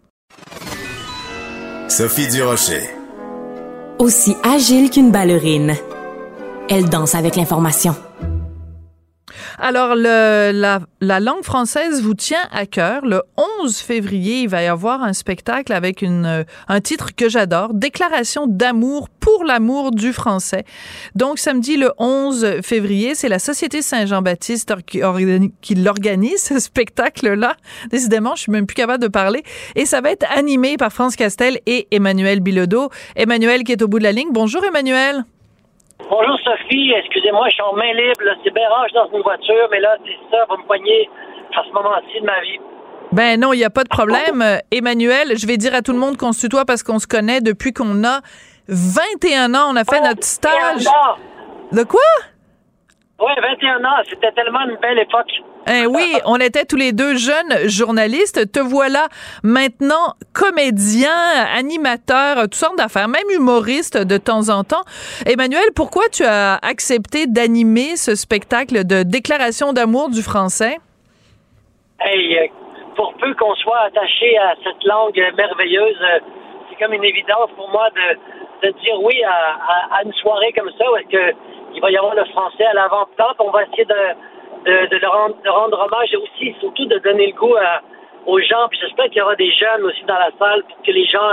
[SPEAKER 7] Sophie Durocher.
[SPEAKER 1] Aussi agile qu'une ballerine, elle danse avec l'information.
[SPEAKER 3] Alors, la langue française vous tient à cœur. Le 11 février, il va y avoir un spectacle avec un titre que j'adore, Déclaration d'amour pour l'amour du français. Donc, samedi le 11 février, c'est la Société Saint-Jean-Baptiste qui l'organise, ce spectacle-là. Décidément, je suis même plus capable de parler. Et ça va être animé par France Castel et Emmanuel Bilodeau. Emmanuel qui est au bout de la ligne. Bonjour, Emmanuel.
[SPEAKER 9] Bonjour Sophie, excusez-moi, je suis en main libre, là. C'est bien rare, je suis dans une voiture, mais là, c'est ça, va me poigner à ce moment-ci de ma vie.
[SPEAKER 3] Ben non, il n'y a pas de problème. Emmanuel, je vais dire à tout le monde qu'on se tutoie parce qu'on se connaît depuis qu'on a 21 ans. On a fait notre stage. De quoi?
[SPEAKER 9] Oui, 21 ans, c'était tellement une belle époque.
[SPEAKER 3] Oui, on était tous les deux jeunes journalistes. Te voilà maintenant comédien, animateur, toutes sortes d'affaires, même humoriste de temps en temps. Emmanuel, pourquoi tu as accepté d'animer ce spectacle de déclaration d'amour du français?
[SPEAKER 9] Pour peu qu'on soit attaché à cette langue merveilleuse, c'est comme une évidence pour moi de dire oui à une soirée comme ça où est-ce que il va y avoir le français à l'avant-plan. On va essayer de rendre hommage et aussi, surtout, de donner le goût aux gens. Puis j'espère qu'il y aura des jeunes aussi dans la salle pour que les gens,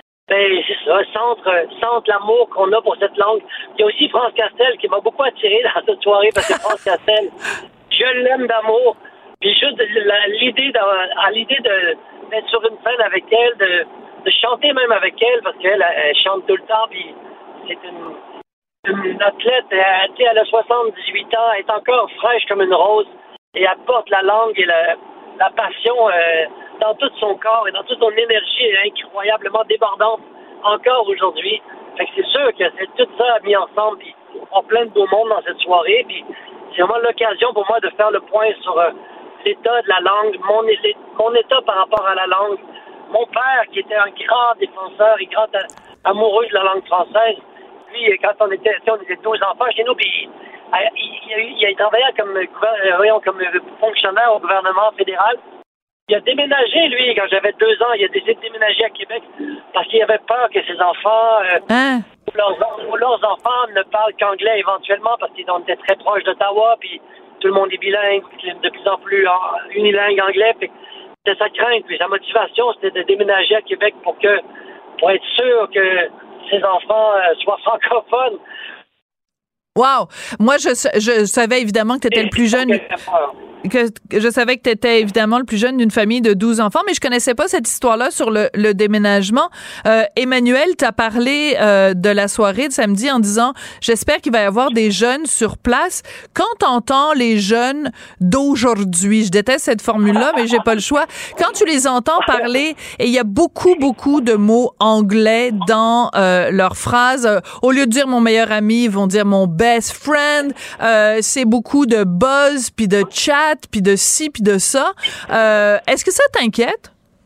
[SPEAKER 9] sentent l'amour qu'on a pour cette langue. Il y a aussi France Castel qui m'a beaucoup attiré dans cette soirée parce que France Castel, je l'aime d'amour. Puis juste l'idée d'être sur une scène avec elle, de chanter même avec elle parce qu'elle elle chante tout le temps. Puis c'est une athlète, elle a 78 ans, elle est encore fraîche comme une rose et elle porte la langue et la passion dans tout son corps et dans toute son énergie incroyablement débordante encore aujourd'hui. Fait que c'est sûr que c'est tout ça mis ensemble puis on plein de beau monde dans cette soirée puis c'est vraiment l'occasion pour moi de faire le point sur l'état de la langue, mon état par rapport à la langue. Mon père qui était un grand défenseur et grand amoureux de la langue française. Lui, quand on était 12 enfants chez nous, puis il a travaillé comme fonctionnaire au gouvernement fédéral. Il a déménagé, lui, quand j'avais 2 ans. Il a décidé de déménager à Québec parce qu'il avait peur que ses enfants ou leurs enfants ne parlent qu'anglais éventuellement parce qu'ils étaient très proches d'Ottawa, puis tout le monde est bilingue, de plus en plus unilingue anglais. Puis c'était sa crainte, puis sa motivation, c'était de déménager à Québec pour être sûr que ses enfants soient francophones.
[SPEAKER 3] Wow! Moi, je savais évidemment que tu étais le plus jeune. Je savais que tu étais évidemment le plus jeune d'une famille de 12 enfants, mais je connaissais pas cette histoire-là sur le déménagement. Emmanuel, tu as parlé de la soirée de samedi en disant « J'espère qu'il va y avoir des jeunes sur place ». Quand t'entends les jeunes d'aujourd'hui, je déteste cette formule-là, mais j'ai pas le choix. Quand tu les entends parler, et il y a beaucoup de mots anglais dans leurs phrases. Au lieu de dire « mon meilleur ami », ils vont dire « mon best friend ». C'est beaucoup de buzz, puis de chat, puis de ci, puis de ça. Est-ce que ça t'inquiète?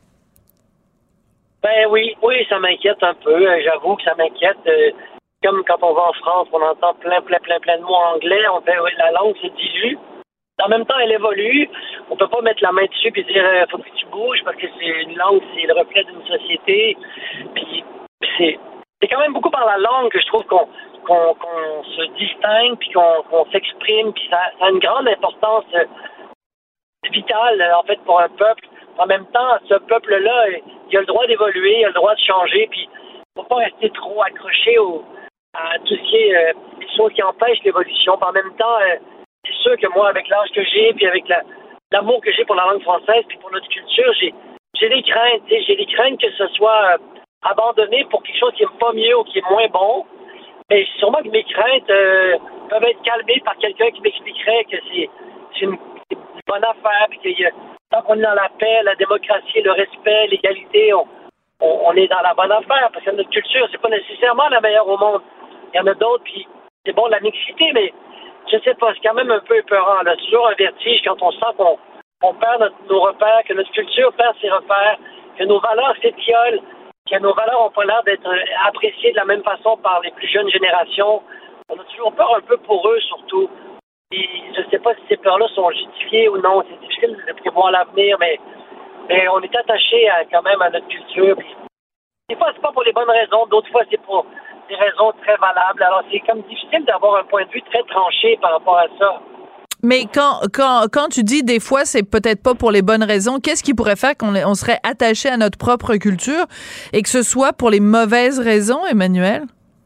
[SPEAKER 9] Ben oui, ça m'inquiète un peu. J'avoue que ça m'inquiète. Comme quand on va en France, on entend plein de mots anglais. La langue se dilue. En même temps, elle évolue. On peut pas mettre la main dessus et dire faut que tu bouges parce que c'est une langue, c'est le reflet d'une société. Puis c'est quand même beaucoup par la langue que je trouve qu'on se distingue puis qu'on s'exprime. Puis ça a une grande importance. vital, en fait, pour un peuple. En même temps, ce peuple-là, il a le droit d'évoluer, il a le droit de changer, puis il ne faut pas rester trop accroché à tout ce qui est des choses qui empêchent l'évolution. Puis en même temps, c'est sûr que moi, avec l'âge que j'ai, puis avec l'amour que j'ai pour la langue française, puis pour notre culture, j'ai des craintes. J'ai des craintes que ce soit abandonné pour quelque chose qui n'est pas mieux ou qui est moins bon. Mais sûrement que mes craintes peuvent être calmées par quelqu'un qui m'expliquerait que c'est une bonne affaire, puis que tant qu'on est dans la paix, la démocratie, le respect, l'égalité, on est dans la bonne affaire, parce que notre culture, c'est pas nécessairement la meilleure au monde. Il y en a d'autres, puis c'est bon la mixité, mais je sais pas, c'est quand même un peu épeurant. C'est toujours un vertige quand on sent qu'on perd nos repères, que notre culture perd ses repères, que nos valeurs s'étiolent, que nos valeurs n'ont pas l'air d'être appréciées de la même façon par les plus jeunes générations. On a toujours peur un peu pour eux, surtout. Et je ne sais pas si ces peurs-là sont justifiées ou non. C'est difficile de prévoir l'avenir, mais on est attaché quand même à notre culture. Puis, des fois, c'est pas pour les bonnes raisons. D'autres fois, c'est pour des raisons très valables. Alors, c'est comme difficile d'avoir un point de vue très tranché par rapport à ça.
[SPEAKER 3] Mais quand tu dis des fois c'est peut-être pas pour les bonnes raisons, qu'est-ce qui pourrait faire qu'on serait attaché à notre propre culture et que ce soit pour les mauvaises raisons, Emmanuel?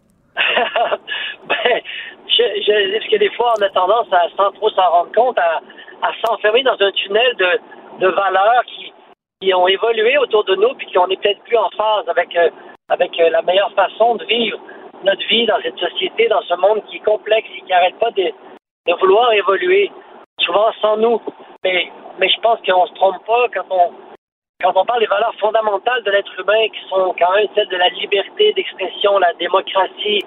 [SPEAKER 9] Parce que des fois on a tendance à, sans trop s'en rendre compte, à s'enfermer dans un tunnel de valeurs qui ont évolué autour de nous puis qu'on n'est peut-être plus en phase avec la meilleure façon de vivre notre vie dans cette société, dans ce monde qui est complexe et qui n'arrête pas de vouloir évoluer, souvent sans nous. Mais je pense qu'on se trompe pas quand on parle des valeurs fondamentales de l'être humain, qui sont quand même celles de la liberté d'expression, la démocratie,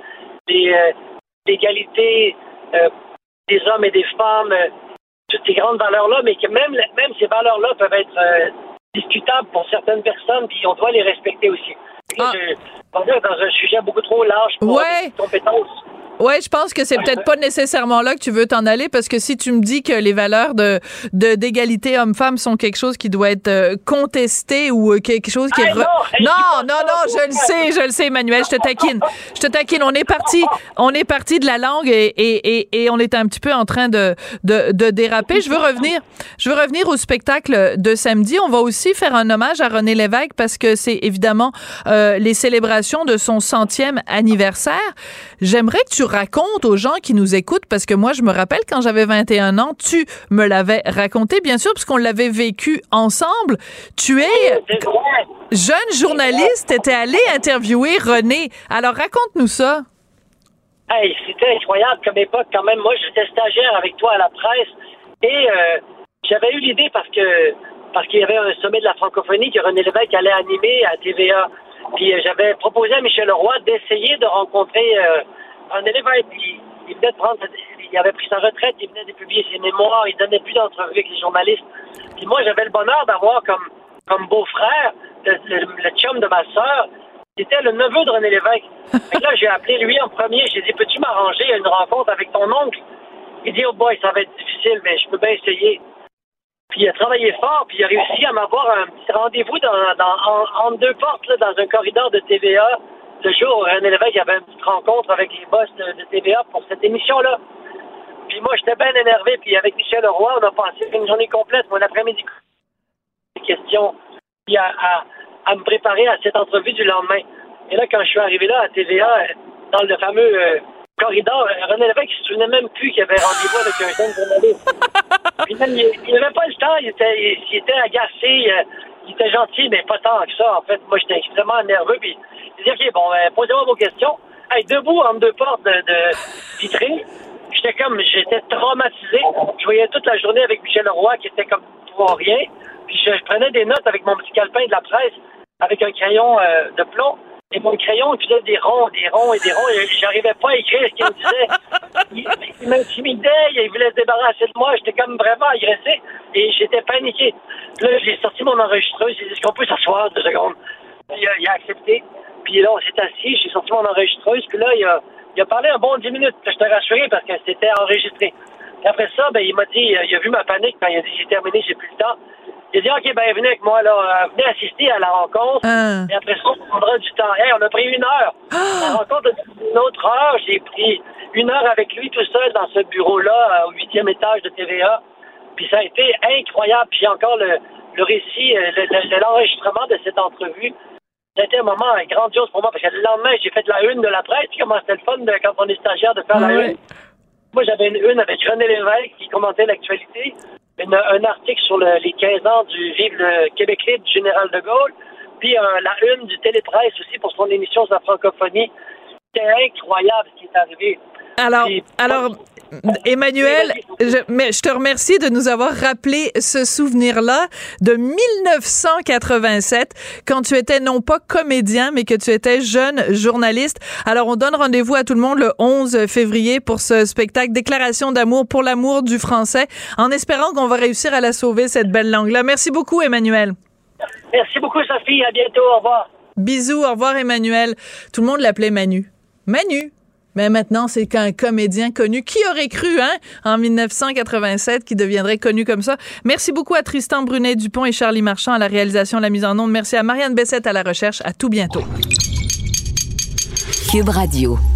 [SPEAKER 9] l'égalité des hommes et des femmes, toutes ces grandes valeurs-là, mais que même ces valeurs-là peuvent être discutables pour certaines personnes, puis on doit les respecter aussi. Là, on va dire dans un sujet beaucoup trop large pour les compétences.
[SPEAKER 3] Ouais, je pense que c'est peut-être pas nécessairement là que tu veux t'en aller, parce que si tu me dis que les valeurs d'égalité homme-femme sont quelque chose qui doit être contesté ou quelque chose qui est... Non, je le sais, Emmanuel, je te taquine. On est parti de la langue et on est un petit peu en train de déraper. Je veux revenir au spectacle de samedi. On va aussi faire un hommage à René Lévesque parce que c'est évidemment les célébrations de son 100e anniversaire. J'aimerais que tu racontes aux gens qui nous écoutent, parce que moi, je me rappelle quand j'avais 21 ans, tu me l'avais raconté, bien sûr, parce qu'on l'avait vécu ensemble. Tu es jeune journaliste, t'étais allé interviewer René. Alors, raconte-nous ça.
[SPEAKER 9] Hey, c'était incroyable comme époque quand même. Moi, j'étais stagiaire avec toi à la presse et j'avais eu l'idée parce qu'il y avait un sommet de la francophonie que René Lévesque allait animer à TVA. Puis j'avais proposé à Michel Leroy d'essayer de rencontrer René Lévesque. Il venait de il avait pris sa retraite, il venait de publier ses mémoires, il donnait plus d'entrevues avec les journalistes. Puis moi, j'avais le bonheur d'avoir comme beau-frère le chum de ma sœur. C'était le neveu de René Lévesque. Et là, j'ai appelé lui en premier. J'ai dit, peux-tu m'arranger une rencontre avec ton oncle? Il dit, oh boy, ça va être difficile, mais je peux bien essayer. Puis il a travaillé fort, puis il a réussi à m'avoir un petit rendez-vous entre deux portes, là, dans un corridor de TVA. Le jour où René Lévesque avait une petite rencontre avec les boss de TVA pour cette émission-là. Puis moi, j'étais bien énervé, puis avec Michel Leroy, on a passé une journée complète, mon après-midi, questions, puis à me préparer à cette entrevue du lendemain. Et là, quand je suis arrivé là à TVA, dans le fameux corridor, René Lévesque, il se souvenait même plus qu'il y avait rendez-vous avec un jeune journaliste. Puis même, il n'avait pas le temps, il était agacé, il était gentil, mais pas tant que ça. En fait, moi, j'étais extrêmement nerveux, puis il dit, OK, bon, posez-moi vos questions. Hey, debout entre deux portes de vitrées, j'étais traumatisé. Je voyais toute la journée avec Michel Leroy, qui était comme pour rien. Puis je prenais des notes avec mon petit calepin de la presse, avec un crayon de plomb. Et mon crayon, il faisait des ronds. Et j'arrivais pas à écrire ce qu'il me disait. Il m'intimidait, il voulait se débarrasser de moi. J'étais comme vraiment agressé. Et j'étais paniqué. Puis là, j'ai sorti mon enregistreuse. J'ai dit, est-ce qu'on peut s'asseoir 2 secondes? Puis, il a accepté. Puis là, on s'est assis. J'ai sorti mon enregistreuse. Puis là, il a parlé un bon 10 minutes. J'étais rassuré parce que c'était enregistré. Puis après ça, il m'a dit, il a vu ma panique quand il a dit, j'ai terminé, j'ai plus le temps. Il a dit, OK, venez avec moi, là, venez assister à la rencontre. Et après ça, on prendra du temps. Hey, on a pris 1 heure. La rencontre a une autre heure. J'ai pris 1 heure avec lui tout seul dans ce bureau-là, au 8e étage de TVA. Puis ça a été incroyable. Puis encore le récit, l'enregistrement de cette entrevue, ça a été un moment grandiose pour moi, parce que le lendemain, j'ai fait la une de la presse, puis comment c'était le fun quand on est stagiaire de faire la une. Moi, j'avais une une avec René Lévesque qui commentait l'actualité, un article sur les 15 ans du Vive le Québec libre du général de Gaulle, puis la une du Télépresse aussi pour son émission sur la francophonie. C'était incroyable ce qui est arrivé.
[SPEAKER 3] Alors, Emmanuel, je te remercie de nous avoir rappelé ce souvenir-là de 1987, quand tu étais non pas comédien, mais que tu étais jeune journaliste. Alors, on donne rendez-vous à tout le monde le 11 février pour ce spectacle Déclaration d'amour pour l'amour du français, en espérant qu'on va réussir à la sauver, cette belle langue-là. Merci beaucoup, Emmanuel.
[SPEAKER 9] Merci beaucoup, Sophie. À bientôt. Au revoir.
[SPEAKER 3] Bisous. Au revoir, Emmanuel. Tout le monde l'appelait Manu. Manu. Mais maintenant, c'est qu'un comédien connu. Qui aurait cru, en 1987, qui deviendrait connu comme ça? Merci beaucoup à Tristan Brunet-Dupont et Charlie Marchand à la réalisation, la mise en onde. Merci à Marianne Bessette à la recherche. À tout bientôt.
[SPEAKER 1] Cube Radio.